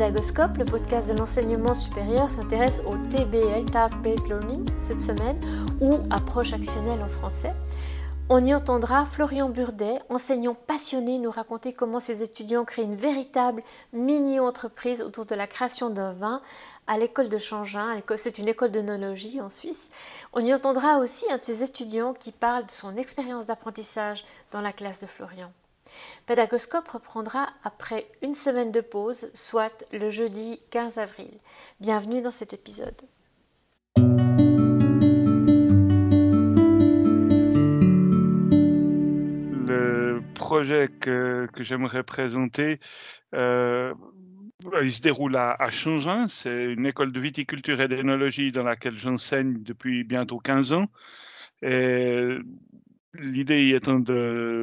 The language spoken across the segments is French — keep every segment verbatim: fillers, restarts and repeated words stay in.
Pédagoscope, le podcast de l'enseignement supérieur, s'intéresse au T B L, Task-Based Learning, cette semaine, ou approche actionnelle en français. On y entendra Florian Burdet, enseignant passionné, nous raconter comment ses étudiants créent une véritable mini-entreprise autour de la création d'un vin à l'école de Changin. C'est une école d'œnologie en Suisse. On y entendra aussi un de ses étudiants qui parle de son expérience d'apprentissage dans la classe de Florian. Pédagoscope reprendra après une semaine de pause, soit le jeudi quinze avril. Bienvenue dans cet épisode. Le projet que, que j'aimerais présenter, euh, il se déroule à, à Changin. C'est une école de viticulture et d'œnologie dans laquelle j'enseigne depuis bientôt quinze ans. Et l'idée étant de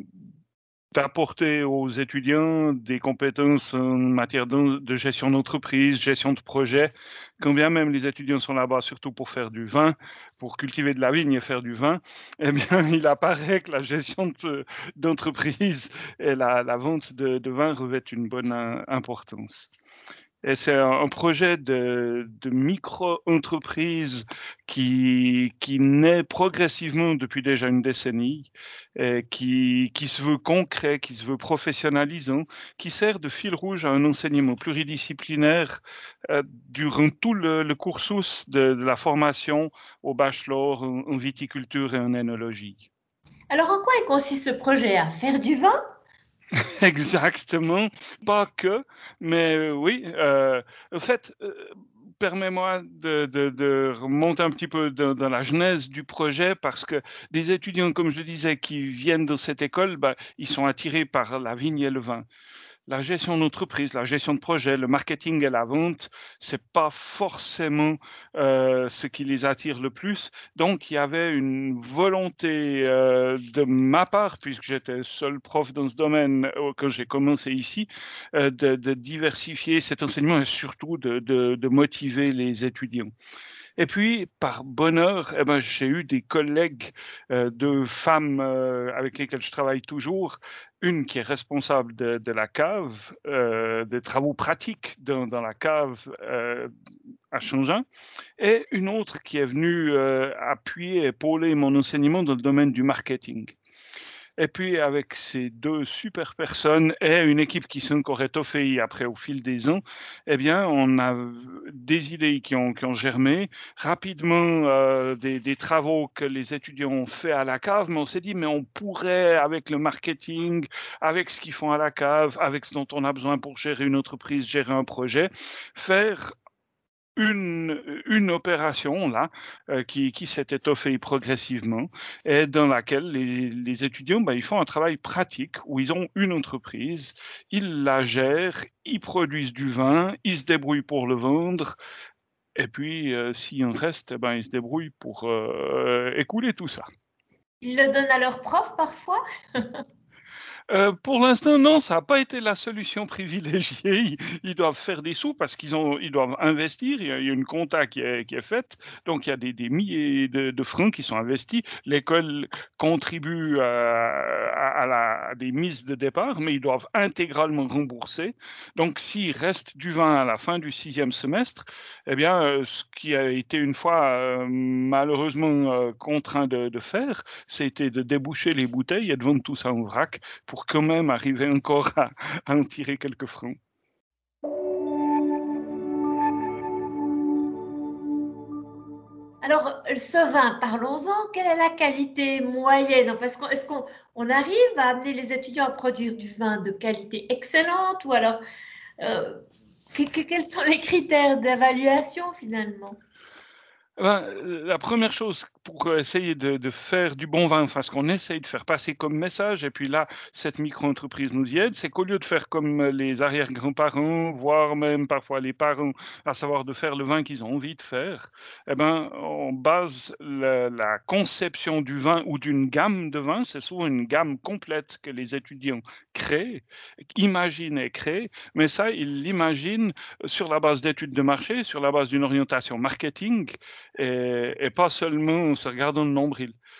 d'apporter aux étudiants des compétences en matière de, de gestion d'entreprise, gestion de projet, quand bien même les étudiants sont là-bas surtout pour faire du vin, pour cultiver de la vigne et faire du vin, eh bien, il apparaît que la gestion de, d'entreprise et la, la vente de, de vin revêtent une bonne importance. Et c'est un projet de, de micro-entreprise qui, qui naît progressivement depuis déjà une décennie, et qui, qui se veut concret, qui se veut professionnalisant, qui sert de fil rouge à un enseignement pluridisciplinaire euh, durant tout le, le cursus de, de la formation au bachelor en, en viticulture et en œnologie. Alors, en quoi consiste ce projet? À faire du vin? Exactement, pas que, mais euh, oui. Euh, en fait, euh, permets-moi de, de, de remonter un petit peu dans, dans la genèse du projet, parce que des étudiants, comme je disais, qui viennent de cette école, bah, ils sont attirés par la vigne et le vin. La gestion d'entreprise, la gestion de projet, le marketing et la vente, c'est pas forcément euh, ce qui les attire le plus. Donc, il y avait une volonté euh, de ma part, puisque j'étais seul prof dans ce domaine euh, quand j'ai commencé ici, euh, de, de diversifier cet enseignement et surtout de, de, de motiver les étudiants. Et puis, par bonheur, eh ben, j'ai eu des collègues, euh, de femmes euh, avec lesquelles je travaille toujours, une qui est responsable de, de la cave, euh, des travaux pratiques dans, dans la cave euh, à Changin, et une autre qui est venue euh, appuyer, épauler mon enseignement dans le domaine du marketing. Et puis, avec ces deux super personnes et une équipe qui s'est encore étoffée après au fil des ans, eh bien, on a des idées qui ont, qui ont germé. Rapidement, euh, des, des travaux que les étudiants ont fait à la cave, mais on s'est dit, mais on pourrait, avec le marketing, avec ce qu'ils font à la cave, avec ce dont on a besoin pour gérer une entreprise, gérer un projet, faire Une, une opération là euh, qui, qui s'est étoffée progressivement et dans laquelle les, les étudiants ben, ils font un travail pratique où ils ont une entreprise, ils la gèrent, ils produisent du vin, ils se débrouillent pour le vendre et puis euh, s'il en reste, ben, ils se débrouillent pour euh, écouler tout ça. Ils le donnent à leurs profs parfois? Euh, pour l'instant, non, ça n'a pas été la solution privilégiée. Ils, ils doivent faire des sous parce qu'ils ont, ils doivent investir. Il y a, il y a une compta qui est, qui est faite, donc il y a des, des milliers de, de francs qui sont investis. L'école contribue à, à, à, la, à des mises de départ, mais ils doivent intégralement rembourser. Donc, s'il reste du vin à la fin du sixième semestre, eh bien, euh, ce qui a été une fois euh, malheureusement euh, contraint de, de faire, c'était de déboucher les bouteilles et de vendre tout ça en vrac pour quand même arriver encore à, à en tirer quelques francs. Alors, ce vin, parlons-en. Quelle est la qualité moyenne? Enfin, est-ce qu'on, est-ce qu'on on arrive à amener les étudiants à produire du vin de qualité excellente? Ou alors, euh, que, que, quels sont les critères d'évaluation finalement? Ben, la première chose pour essayer de, de faire du bon vin, enfin ce qu'on essaye de faire passer comme message, et puis là, cette micro-entreprise nous y aide, c'est qu'au lieu de faire comme les arrière-grands-parents, voire même parfois les parents, à savoir de faire le vin qu'ils ont envie de faire, eh ben, on base la, la conception du vin ou d'une gamme de vins, c'est souvent une gamme complète que les étudiants créent, imaginent et créent, mais ça, ils l'imaginent sur la base d'études de marché, sur la base d'une orientation marketing, Et, et pas seulement en se regardant le nombril.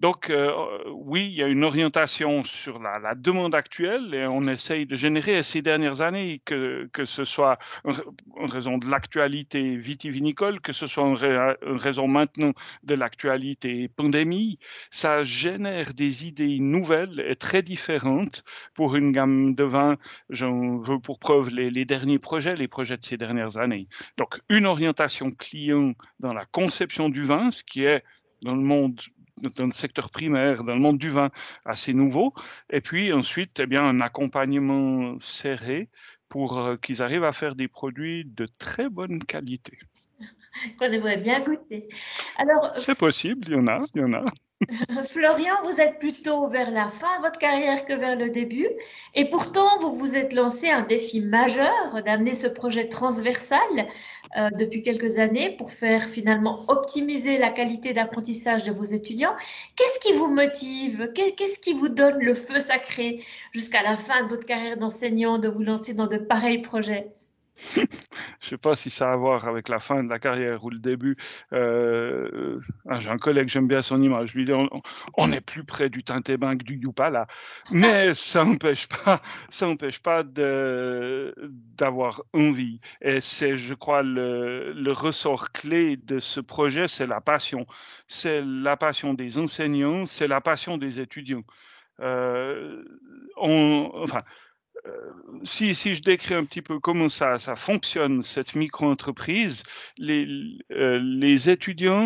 Donc, euh, oui, il y a une orientation sur la, la demande actuelle et on essaye de générer. Et ces dernières années, que, que ce soit en, en raison de l'actualité vitivinicole, que ce soit en, ra- en raison maintenant de l'actualité pandémie, ça génère des idées nouvelles et très différentes pour une gamme de vins. J'en veux pour preuve les, les derniers projets, les projets de ces dernières années. Donc, une orientation client dans la conception du vin, ce qui est dans le monde, dans le secteur primaire, dans le monde du vin, assez nouveau. Et puis ensuite, eh bien, un accompagnement serré pour euh, qu'ils arrivent à faire des produits de très bonne qualité. Qu'on aimerait bien goûter. Alors, C'est possible, il y en a, il y en a. Florian, vous êtes plutôt vers la fin de votre carrière que vers le début. Et pourtant, vous vous êtes lancé un défi majeur d'amener ce projet transversal euh, depuis quelques années pour faire finalement optimiser la qualité d'apprentissage de vos étudiants. Qu'est-ce qui vous motive? Qu'est-ce qui vous donne le feu sacré jusqu'à la fin de votre carrière d'enseignant de vous lancer dans de pareils projets? Je ne sais pas si ça a à voir avec la fin de la carrière ou le début. Euh, ah, j'ai un collègue, j'aime bien son image. Je lui dis, on, on est plus près du Tintében que du Youpala. Mais ça n'empêche pas, ça n'empêche pas de, d'avoir envie. Et c'est, je crois, le, le ressort clé de ce projet, c'est la passion. C'est la passion des enseignants, c'est la passion des étudiants. Euh, on, enfin, euh, si, si je décris un petit peu comment ça, ça fonctionne, cette micro-entreprise, les, euh, les étudiants,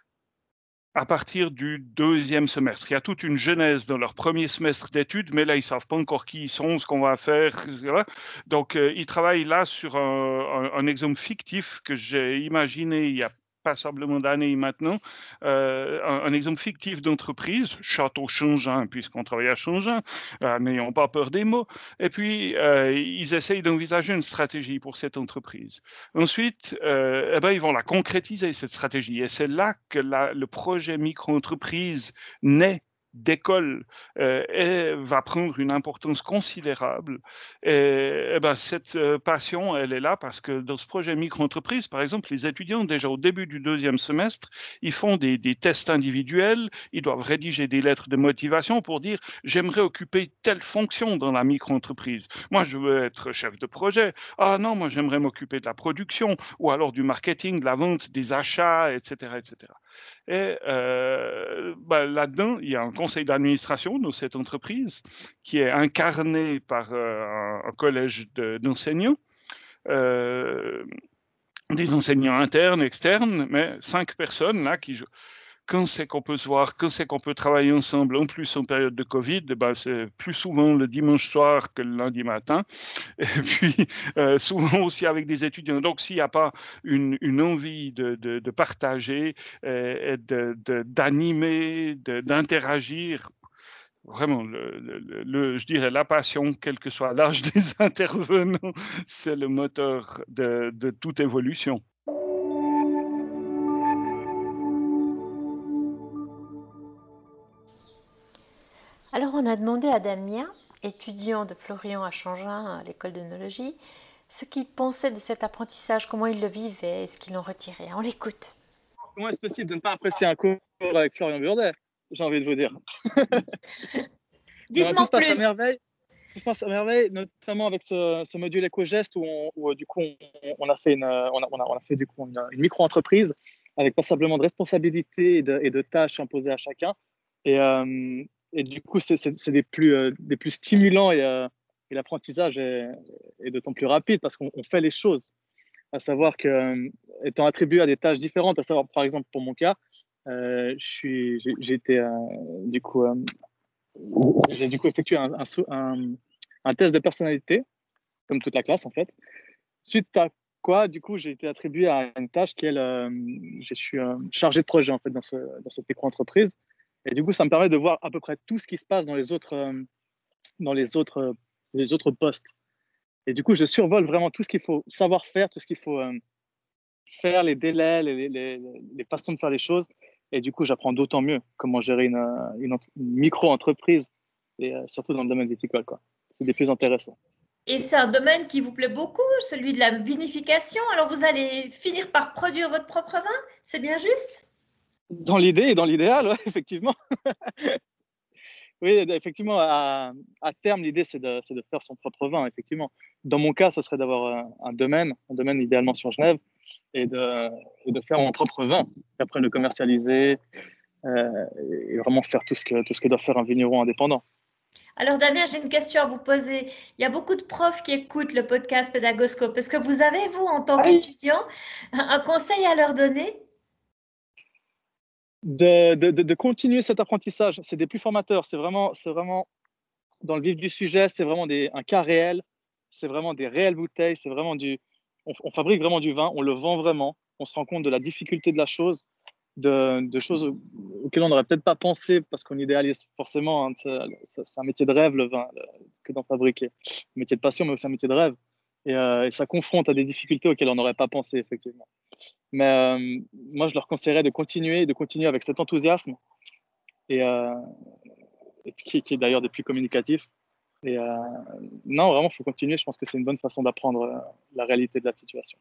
à partir du deuxième semestre, il y a toute une genèse dans leur premier semestre d'études, mais là, ils ne savent pas encore qui ils sont, ce qu'on va faire, et cetera. Donc, euh, ils travaillent là sur un, un, un exemple fictif que j'ai imaginé il y a passablement d'années maintenant, euh, un, un exemple fictif d'entreprise, Château Changin, puisqu'on travaille à Changin, euh, n'ayons pas peur des mots, et puis euh, ils essayent d'envisager une stratégie pour cette entreprise. Ensuite, euh, eh ben, ils vont la concrétiser, cette stratégie, et c'est là que la, le projet micro-entreprise naît d'école euh, et va prendre une importance considérable. Et, et ben, cette euh, passion, elle est là parce que dans ce projet micro-entreprise, par exemple, les étudiants, déjà au début du deuxième semestre, ils font des, des tests individuels, ils doivent rédiger des lettres de motivation pour dire « j'aimerais occuper telle fonction dans la micro-entreprise. Moi, je veux être chef de projet. Ah non, moi, j'aimerais m'occuper de la production ou alors du marketing, de la vente, des achats, et cetera et cetera » Et euh, ben, là-dedans, il y a un conseil d'administration de cette entreprise qui est incarné par euh, un, un collège de, d'enseignants, euh, des enseignants internes, externes, mais cinq personnes là qui, quand c'est qu'on peut se voir, quand c'est qu'on peut travailler ensemble, en plus en période de Covid, ben c'est plus souvent le dimanche soir que le lundi matin, et puis euh, souvent aussi avec des étudiants. Donc s'il n'y a pas une, une envie de, de, de partager euh, et de, de, d'animer, de, d'interagir, vraiment, le, le, le, je dirais la passion, quel que soit l'âge des intervenants, c'est le moteur de, de toute évolution. Alors, on a demandé à Damien, étudiant de Florian à Changin à l'école d'œnologie, ce qu'il pensait de cet apprentissage, comment il le vivait et ce qu'il en retirait. On l'écoute. Comment est-ce possible de ne pas apprécier un cours avec Florian Burdet, j'ai envie de vous dire. Dites-moi tout se passe plus. à merveille, tout se passe à merveille, notamment avec ce, ce module éco-geste où, on, où du coup on, on a fait une, on a, on a, on a fait du coup une, une micro-entreprise avec passablement de responsabilités et de, et de tâches imposées à chacun. Et, euh, et du coup, c'est, c'est, c'est des, plus, euh, des plus stimulants et, euh, et l'apprentissage est, est d'autant plus rapide parce qu'on on fait les choses. À savoir que, euh, étant attribué à des tâches différentes, à savoir par exemple pour mon cas, euh, je suis, j'ai, j'ai été euh, du coup, euh, j'ai du coup effectué un, un, un, un test de personnalité, comme toute la classe en fait. Suite à quoi, du coup, j'ai été attribué à une tâche qui est, euh, je suis euh, chargé de projet en fait dans, ce, dans cette micro-entreprise. Et du coup, ça me permet de voir à peu près tout ce qui se passe dans les autres, euh, dans les autres, les autres postes. Et du coup, je survole vraiment tout ce qu'il faut savoir faire, tout ce qu'il faut euh, faire, les délais, les, les, les façons de faire les choses. Et du coup, j'apprends d'autant mieux comment gérer une, une, une micro-entreprise, et euh, surtout dans le domaine viticole, quoi. C'est des plus intéressants. Et c'est un domaine qui vous plaît beaucoup, celui de la vinification. Alors, vous allez finir par produire votre propre vin, c'est bien juste ? Dans l'idée et dans l'idéal, ouais, effectivement. Oui, effectivement, à, à terme, l'idée, c'est de, c'est de faire son propre vin, effectivement. Dans mon cas, ce serait d'avoir un, un domaine, un domaine idéalement sur Genève, et de, et de faire mon propre vin, et après le commercialiser, euh, et vraiment faire tout ce, que, tout ce que doit faire un vigneron indépendant. Alors Damien, j'ai une question à vous poser. Il y a beaucoup de profs qui écoutent le podcast Pédagoscope. Est-ce que vous avez, vous, en tant Ah oui. qu'étudiant, un conseil à leur donner? De, de, de, de continuer cet apprentissage. C'est des plus formateurs. C'est vraiment, c'est vraiment dans le vif du sujet. C'est vraiment des, un cas réel. C'est vraiment des réelles bouteilles. C'est vraiment du. On, on fabrique vraiment du vin. On le vend vraiment. On se rend compte de la difficulté de la chose, de, de choses auxquelles on n'aurait peut-être pas pensé parce qu'on idéalise forcément. Hein, c'est, c'est un métier de rêve, le vin, le, que d'en fabriquer. Un métier de passion, mais aussi un métier de rêve. Et, euh, et ça confronte à des difficultés auxquelles on n'aurait pas pensé, effectivement. Mais euh, moi, je leur conseillerais de continuer, de continuer avec cet enthousiasme, et, euh, et qui, qui est d'ailleurs des plus communicatifs. Et euh, non, vraiment, il faut continuer. Je pense que c'est une bonne façon d'apprendre euh, la réalité de la situation.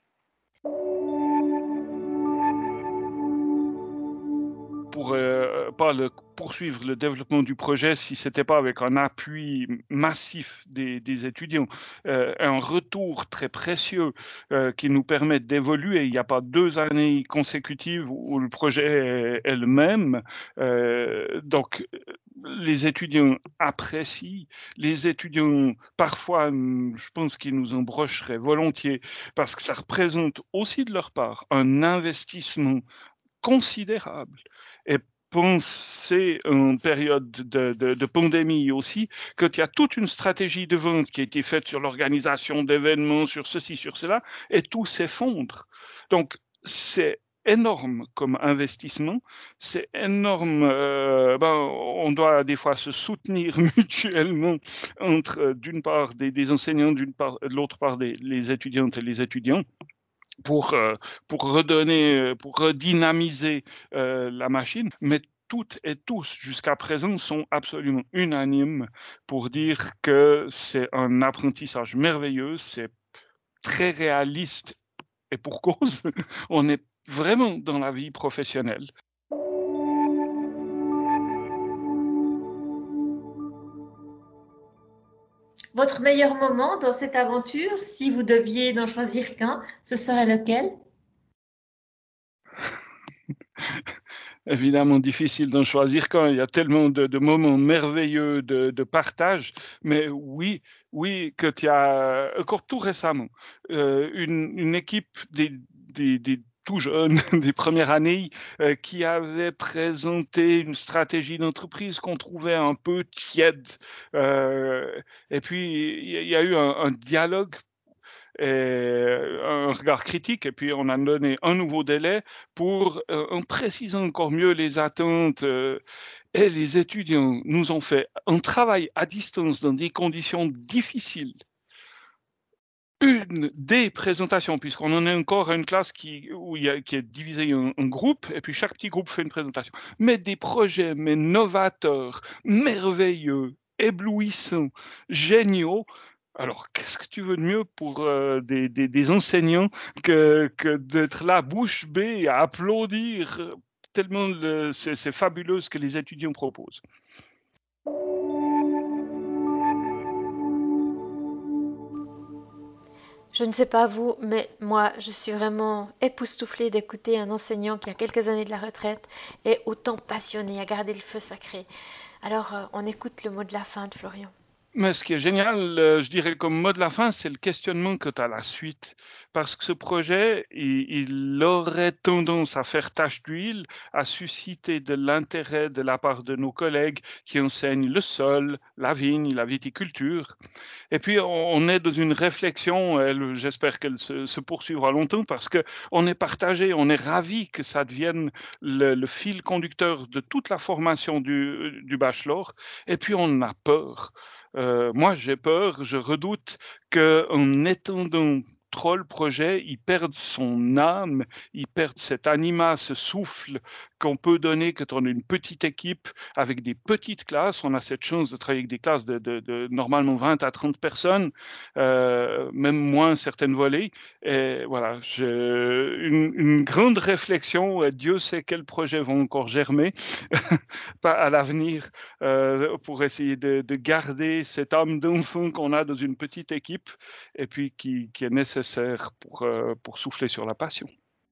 Pour euh, pas le, poursuivre le développement du projet si ce n'était pas avec un appui massif des, des étudiants, euh, un retour très précieux euh, qui nous permet d'évoluer. Il n'y a pas deux années consécutives où le projet est, est le même. Euh, donc, les étudiants apprécient. Les étudiants, parfois, je pense qu'ils nous embrocheraient volontiers parce que ça représente aussi de leur part un investissement considérable. Et penser en période de, de, de pandémie aussi, qu'il y a toute une stratégie de vente qui a été faite sur l'organisation d'événements, sur ceci, sur cela, et tout s'effondre. Donc, c'est énorme comme investissement, c'est énorme, euh, ben, on doit des fois se soutenir mutuellement entre, d'une part, des, des enseignants, d'une part, de l'autre part, des les étudiantes et les étudiants. Pour, euh, pour redonner, pour redynamiser euh, la machine, mais toutes et tous jusqu'à présent sont absolument unanimes pour dire que c'est un apprentissage merveilleux, c'est très réaliste et pour cause, on est vraiment dans la vie professionnelle. Votre meilleur moment dans cette aventure, si vous deviez n'en choisir qu'un, ce serait lequel? Évidemment difficile d'en choisir qu'un, il y a tellement de, de moments merveilleux de, de partage, mais oui, oui, que tu as, encore tout récemment, euh, une, une équipe des, des, des tout jeunes, des premières années, euh, qui avait présenté une stratégie d'entreprise qu'on trouvait un peu tiède. Euh, et puis, il y a eu un, un dialogue et un regard critique, et puis on a donné un nouveau délai pour, euh, en précisant encore mieux les attentes, euh, et les étudiants nous ont fait un travail à distance dans des conditions difficiles. Une des présentations, puisqu'on en est encore à une classe qui, où il y a, qui est divisée en, en groupes, et puis chaque petit groupe fait une présentation, mais des projets, mais novateurs, merveilleux, éblouissants, géniaux. Alors, qu'est-ce que tu veux de mieux pour euh, des, des, des enseignants que, que d'être là, bouche bée, à applaudir tellement le, c'est, c'est fabuleux ce que les étudiants proposent. Je ne sais pas vous, mais moi, je suis vraiment époustouflée d'écouter un enseignant qui a quelques années de la retraite et autant passionné à garder le feu sacré. Alors, on écoute le mot de la fin de Florian. Mais ce qui est génial, je dirais comme mot de la fin, c'est le questionnement que tu as à la suite. Parce que ce projet, il, il aurait tendance à faire tache d'huile, à susciter de l'intérêt de la part de nos collègues qui enseignent le sol, la vigne, la viticulture. Et puis, on est dans une réflexion, elle, j'espère qu'elle se, se poursuivra longtemps, parce qu'on est partagé, on est ravis que ça devienne le, le fil conducteur de toute la formation du, du bachelor. Et puis, on a peur. Euh, moi, j'ai peur, je redoute qu'en étendant trop le projet, il perd son âme, il perd cet anima, ce souffle qu'on peut donner quand on est une petite équipe avec des petites classes. On a cette chance de travailler avec des classes de, de, de normalement vingt à trente personnes, euh, même moins certaines volées. Et voilà, je, une, une grande réflexion. Dieu sait quels projets vont encore germer à l'avenir euh, pour essayer de, de garder cette âme d'enfant qu'on a dans une petite équipe et puis qui, qui est nécessaire pour, euh, pour souffler sur la passion.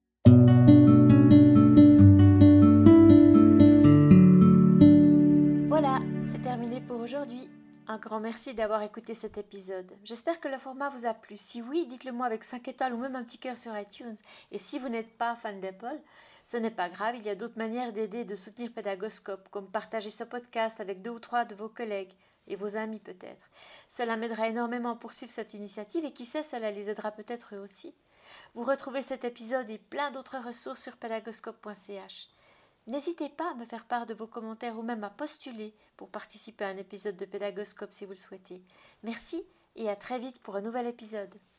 Voilà, c'est terminé pour aujourd'hui. Un grand merci d'avoir écouté cet épisode. J'espère que le format vous a plu. Si oui, dites-le moi avec cinq étoiles ou même un petit cœur sur iTunes. Et si vous n'êtes pas fan d'Apple, ce n'est pas grave, il y a d'autres manières d'aider et de soutenir Pédagoscope, comme partager ce podcast avec deux ou trois de vos collègues et vos amis peut-être. Cela m'aidera énormément à poursuivre cette initiative et qui sait, cela les aidera peut-être eux aussi. Vous retrouvez cet épisode et plein d'autres ressources sur pédagoscope point c h. N'hésitez pas à me faire part de vos commentaires ou même à postuler pour participer à un épisode de Pédagoscope si vous le souhaitez. Merci et à très vite pour un nouvel épisode.